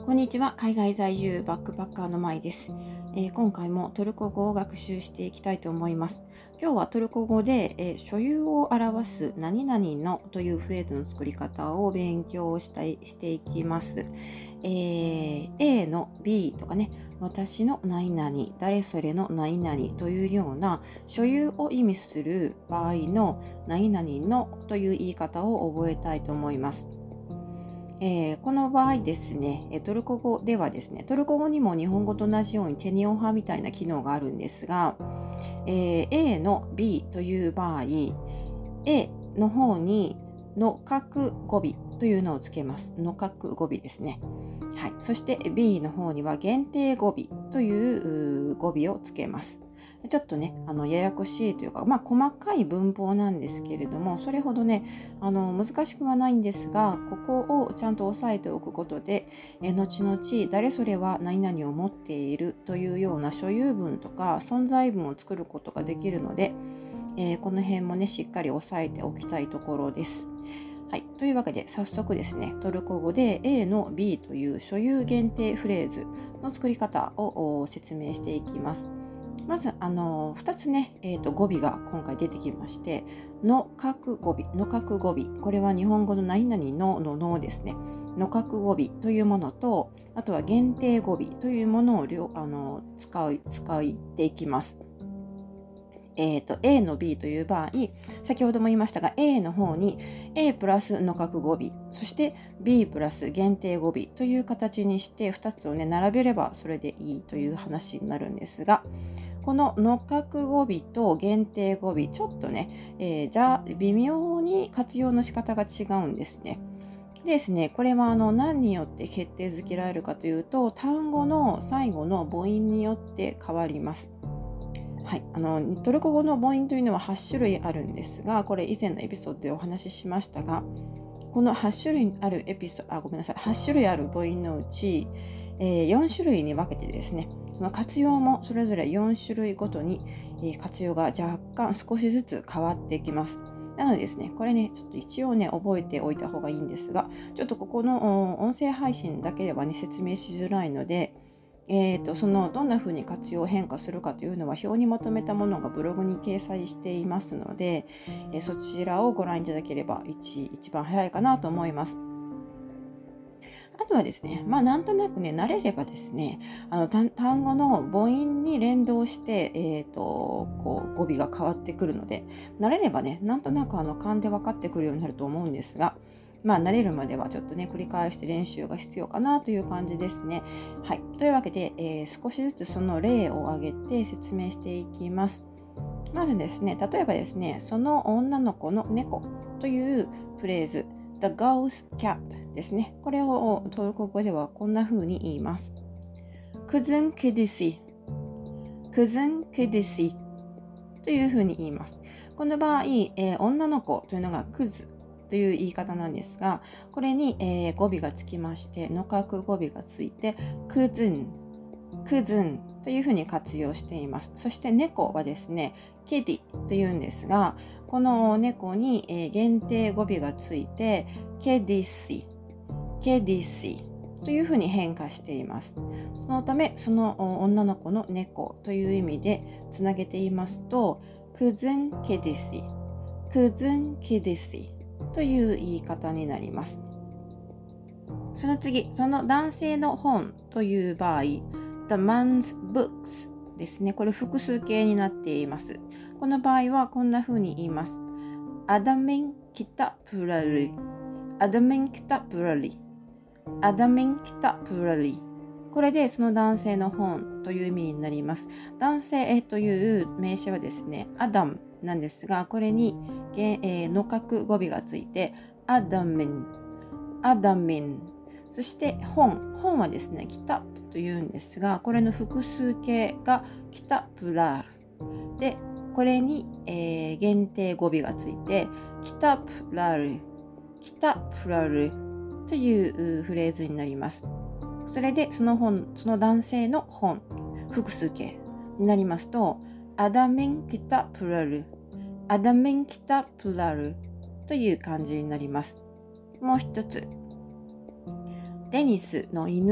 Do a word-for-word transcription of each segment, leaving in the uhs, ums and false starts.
こんにちは。海外在住バックパッカーのまいです、えー今回もトルコ語を学習していきたいと思います。今日はトルコ語で、えー所有を表す何々のというフレーズの作り方を勉強したいしていきます。えー A の B とかね、私の何々、誰それの何々というような所有を意味する場合の何々のという言い方を覚えたいと思います。えーこの場合ですね、えートルコ語ではですね、トルコ語にも日本語と同じようにテニオン派みたいな機能があるんですが、えー A の B という場合、A の方にの格語尾というのをつけます。の格語尾ですね。はい。そして B の方には限定語尾というう語尾をつけます。ちょっとね、あのややこしいというか、まあ細かい文法なんですけれども、それほどね、あの難しくはないんですが、ここをちゃんと押さえておくことで、え後々誰それは何々を持っているというような所有文とか存在文を作ることができるので、えーこの辺もね、しっかり押さえておきたいところです。はい。というわけで、早速ですね、トルコ語で A の B という所有限定フレーズの作り方をお説明していきます。まず、あのふたつね、えーと、語尾が今回出てきまして、の格語尾、の格語尾、これは日本語の何々のののですね、の格語尾というものと、あとは限定語尾というものを両あの使い使っていきます。えーと、A の B という場合、先ほども言いましたが、A の方に A プラスの格語尾、そして B プラス限定語尾という形にしてふたつをね、並べればそれでいいという話になるんですが、このの格語尾と限定語尾、ちょっとね、えーじゃあ微妙に活用の仕方が違うんですね。でですね、これはあの何によって決定づけられるかというと、単語の最後の母音によって変わります。はい、あのトルコ語の母音というのははち種類あるんですが、これ以前のエピソードでお話ししましたが、このはち種類あるエピソあごめんなさいはち種類ある母音のうち、えーよん種類に分けてですね、その活用もそれぞれよん種類ごとに、えー活用が若干少しずつ変わってきます。なのでですね、これね、ちょっと一応ね、覚えておいた方がいいんですが、ちょっとここのお音声配信だけではね、説明しづらいので、えーと、そのどんな風に活用変化するかというのは表にまとめたものがブログに掲載していますので、えーそちらをご覧いただければ一一番早いかなと思います。あとはですね、まあなんとなくね、慣れればですね、あの単単語の母音に連動して、えーと、こう語尾が変わってくるので、慣れればね、なんとなくあの勘で分かってくるようになると思うんですが、まあ慣れるまではちょっとね、繰り返して練習が必要かなという感じですね。はい。というわけで、えー少しずつその例を挙げて説明していきます。まずですね、例えばですね、その女の子の猫というフレーズ、The girl's cat ですね。これをトルコ語ではこんな風に言います。クズンケディシ、クズンケディシという風に言います。この場合、えー女の子というのがクズという言い方なんですが、これに、えー語尾がつきまして、の格語尾がついて、クズン、クズンというふうに活用しています。そして猫はですね、ケディというんですが、この猫に、えー限定語尾がついて、ケディシ、ケディシというふうに変化しています。そのため、その女の子の猫という意味でつなげていますと、クズンケディシ、クズンケディシという言い方になります。その次、その男性の本という場合、The man's books ですね。これ複数形になっています。この場合はこんな風に言います。Adaming kita plurali Adaming kita plurali Adaming kita plurali これでその男性の本という意味になります。男性という名詞はですね、アダムなんですが、これに、えー、の格語尾がついて、アダミン、アダミン、そして本、本はですね、キタプというんですが、これの複数形がキタプラール。で、これに、えー限定語尾がついて、キタプラール、キタプラールというフレーズになります。それで、その本、その男性の本、複数形になりますと、アダメンキタプラール、アダメンキタプラールという感じになります。もう一つ。デニスの犬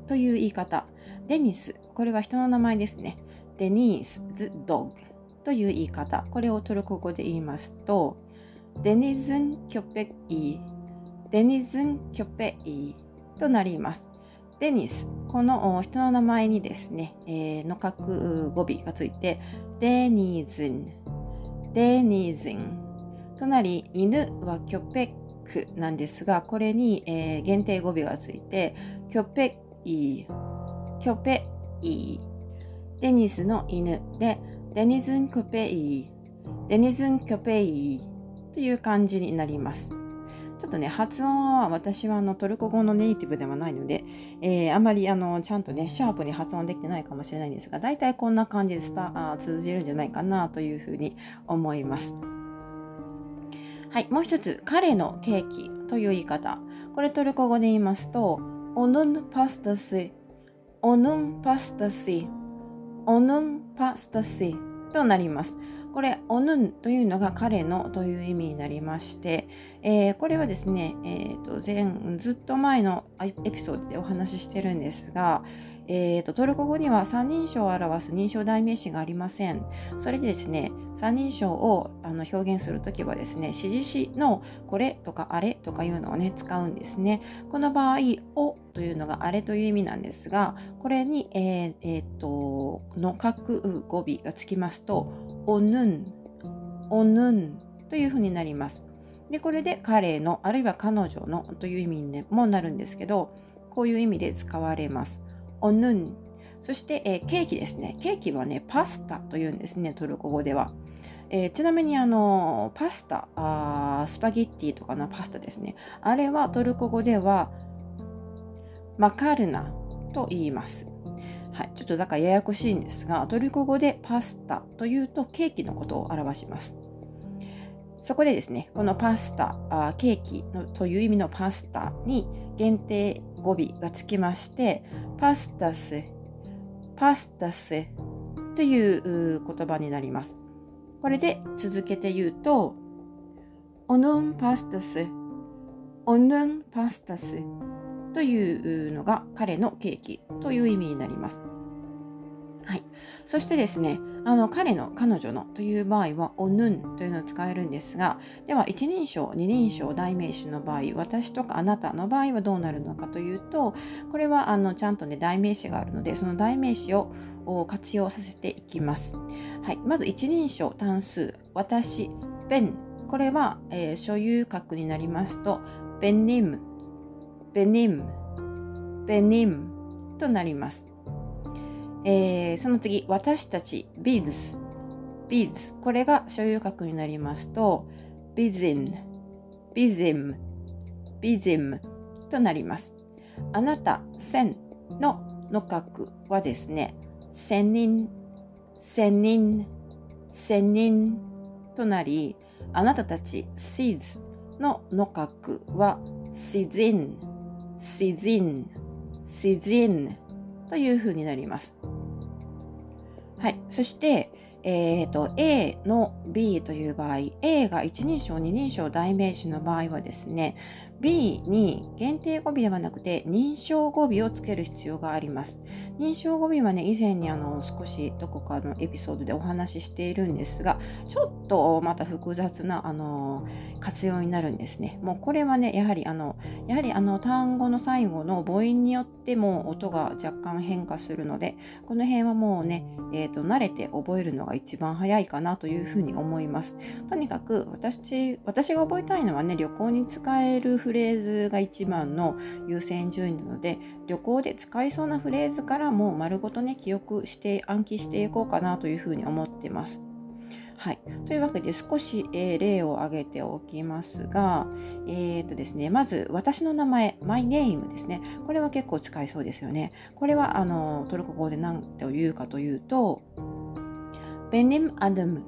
という言い方。デニス、これは人の名前ですね。デニース、the dog という言い方。これをトルコ語で言いますと、デニズンキョペイ、デニズンキョペイとなります。デニス、この人の名前にですね、えー、の格語尾がついて、デニズン、デニズンとなり、犬はキョペックなんですが、これに、えー、限定語尾がついて、キョペイ、キョペイ、デニスの犬で、デニズンキョペイ、デニズンキョペイという感じになります。ちょっとね、発音は私はあのトルコ語のネイティブではないので、えー、あまりあのちゃんとね、シャープに発音できてないかもしれないんですが、だいたいこんな感じでスタあ通じるんじゃないかなというふうに思います。はい、もう一つ、彼のケーキという言い方。これトルコ語で言いますと、オヌンパスタス、オヌンパスタス、オヌンパスタスとなります。これ、オヌンというのが彼のという意味になりまして、えー、これはですね、えーと前、ずっと前のエピソードでお話ししてるんですが、えーと、トルコ語には三人称を表す認証代名詞がありません。それでですね、三人称をあの表現するときはですね、指示詞のこれとかあれとかいうのをね、使うんですね。この場合、おというのがあれという意味なんですが、これに、えーえーとの各語尾がつきますと、おぬん、おぬんというふうになります。で、これで彼の、あるいは彼女のという意味にもなるんですけど、こういう意味で使われます。おぬん。そして、えー、ケーキですね。ケーキはね、パスタというんですね、トルコ語では。えー、ちなみにあのパスタあ、スパゲッティとかのパスタですね。あれはトルコ語ではマカルナと言います。はい、ちょっとだからややこしいんですが、トルコ語でパスタというとケーキのことを表します。そこでですね、このパスタ、あケーキのという意味のパスタに限定語尾がつきまして、パスタス、パスタスという言葉になります。これで続けて言うと、オヌンパスタス、オヌンパスタスというのが彼のケーキという意味になります。はい、そしてですね、あの彼の彼女のという場合はおぬんというのを使えるんですが、では一人称二人称代名詞の場合、私とかあなたの場合はどうなるのかというと、これはあのちゃんとね代名詞があるので、その代名詞を活用させていきます。はい、まず一人称単数、私、ベン、これは、えー、所有格になりますと、ベニム、ベニム、ベニムとなります。えー、その次、私たち、ビズ、ビズ、これが所有格になりますと、ビズン、ビズム、ビズムとなります。あなた、センのの格はですね、千人、千人、千人となり、あなたたち、シーズのの格はシズン、シズン、シズンというふうになります。はい。そして、えーと、A の B という場合、A が一人称、二人称代名詞の場合はですね、B に限定語尾ではなくて認証語尾をつける必要があります。認証語尾はね、以前にあの少しどこかのエピソードでお話ししているんですが、ちょっとまた複雑なあの活用になるんですね。もうこれはね、やはりあの、やはりあの単語の最後の母音によっても音が若干変化するので、この辺はもうね、えーと、慣れて覚えるのが一番早いかなというふうに思います。とにかく私、私が覚えたいのはね、旅行に使えるフレーズが一番の優先順位なので、旅行で使いそうなフレーズからもう丸ごとね、記憶して暗記していこうかなというふうに思ってます。はい、というわけで少し、えー、例を挙げておきますが、えーとですね、まず私の名前 My name ですね。これは結構使いそうですよね。これはあのトルコ語で何と言うかというと、Benim adım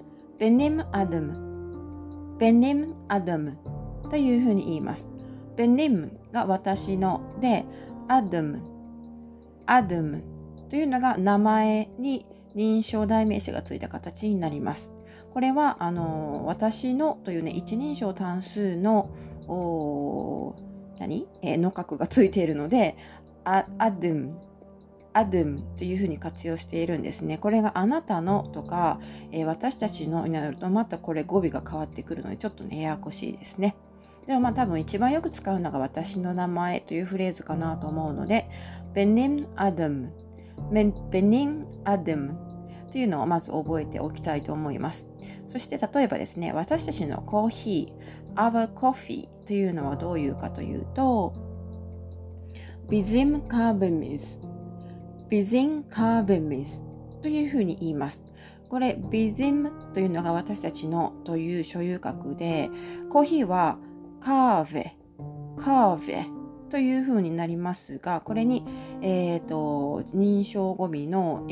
Benim adım Benim adım というふうに言います。Benim が私ので、adım adım というのが名前に認証代名詞がついた形になります。これはあの私のというね、一人称単数の何、えー、の格がついているので、 あアドゥム、アドゥムというふうに活用しているんですね。これがあなたのとか、えー私たちのになるとまたこれ語尾が変わってくるのでちょっとねややこしいですね。でもまあ多分一番よく使うのが私の名前というフレーズかなと思うので、ベニム・アダム、ベニム・アダムというのをまず覚えておきたいと思います。そして例えばですね、私たちのコーヒー、our coffee というのはどういうかというと、bizim kahvemiz、bizim kahvemiz というふうに言います。これ bizim というのが私たちのという所有格で、コーヒーはカーヴェ、カーヴェという風になりますが、これに、えーと、認証語尾の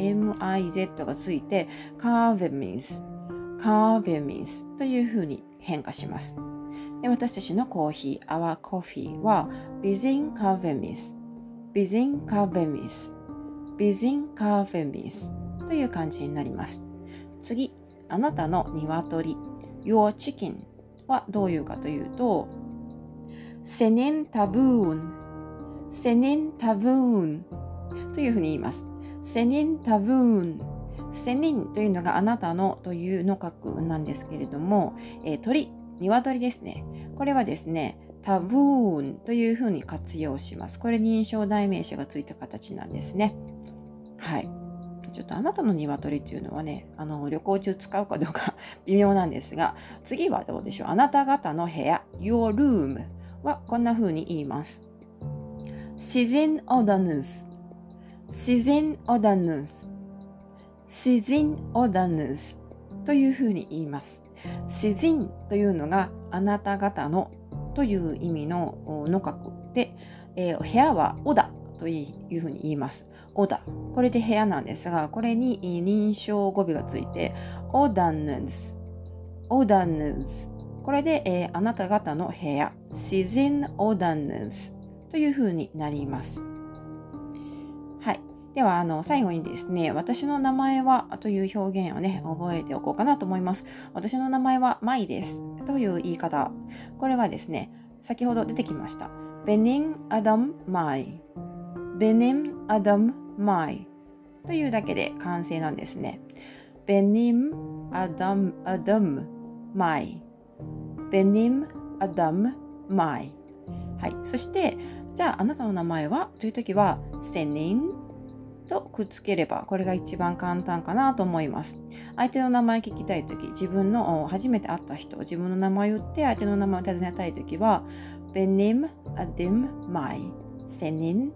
miz がついて、カーヴェミス、カーヴェミスという風に変化します。で、私たちのコーヒー、our coffee は、ビジンカーヴェミス、ビジンカーヴェミス、ビジンカーヴェミスという感じになります。次、あなたの鶏、your chicken はどういうかというと、セネンタブーン、セネンタブーンというふうに言います。セネンタブーン、セネンというのがあなたのというの格なんですけれども、えー、鳥、鶏ですね。これはですね、タブーンというふうに活用します。これ認証代名詞がついた形なんですね。はい。ちょっとあなたの鶏というのはね、あの旅行中使うかどうか微妙なんですが、次はどうでしょう。あなた方の部屋、your room はこんな風に言います。自然オダヌス、自然オダヌス、自然オダヌスという風に言います。自然というのがあなた方のという意味のの格で、えー、部屋はオダというふうに言います。オダ。これで部屋なんですが、これに認証語尾がついて、オダヌズ、オダヌズ。これで、えー、あなた方の部屋、自然オダヌズというふうになります。はい。では、あの、最後にですね、私の名前はという表現をね、覚えておこうかなと思います。私の名前はマイです。という言い方。これはですね、先ほど出てきました。ベニン・アダム・マイ。ベニム・アダム・マイというだけで完成なんですね。ベニム・アダム・アダム・マイ。ベニム・アダム・マイ。はい。そして、じゃああなたの名前はというときは、セニンとくっつければ、これが一番簡単かなと思います。相手の名前聞きたいとき、自分の初めて会った人、自分の名前を言って相手の名前を尋ねたいときは、ベニム・アダム・マイ。セニン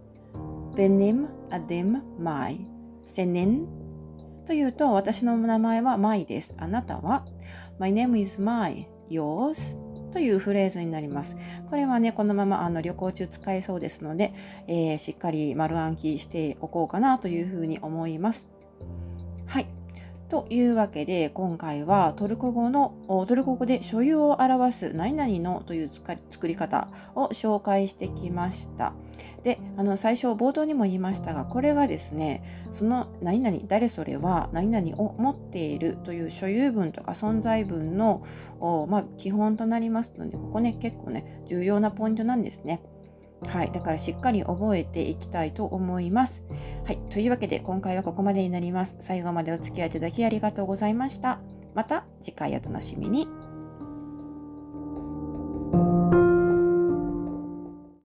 Benim Adim Mai Senin というと、私の名前は Mai です。あなたは My name is Mai Yours というフレーズになります。これはね、このままあの旅行中使えそうですので、えー、しっかり丸暗記しておこうかなというふうに思います。はい。というわけで、今回はトルコ語の、トルコ語で所有を表す何々のという作り方を紹介してきました。で、あの最初冒頭にも言いましたが、これがですね、その何々、誰それは何々を持っているという所有文とか存在文の、まあ、基本となりますので、ここね、結構ね、重要なポイントなんですね。はい。だからしっかり覚えていきたいと思います。はい。というわけで今回はここまでになります。最後までお付き合いいただきありがとうございました。また次回お楽しみに。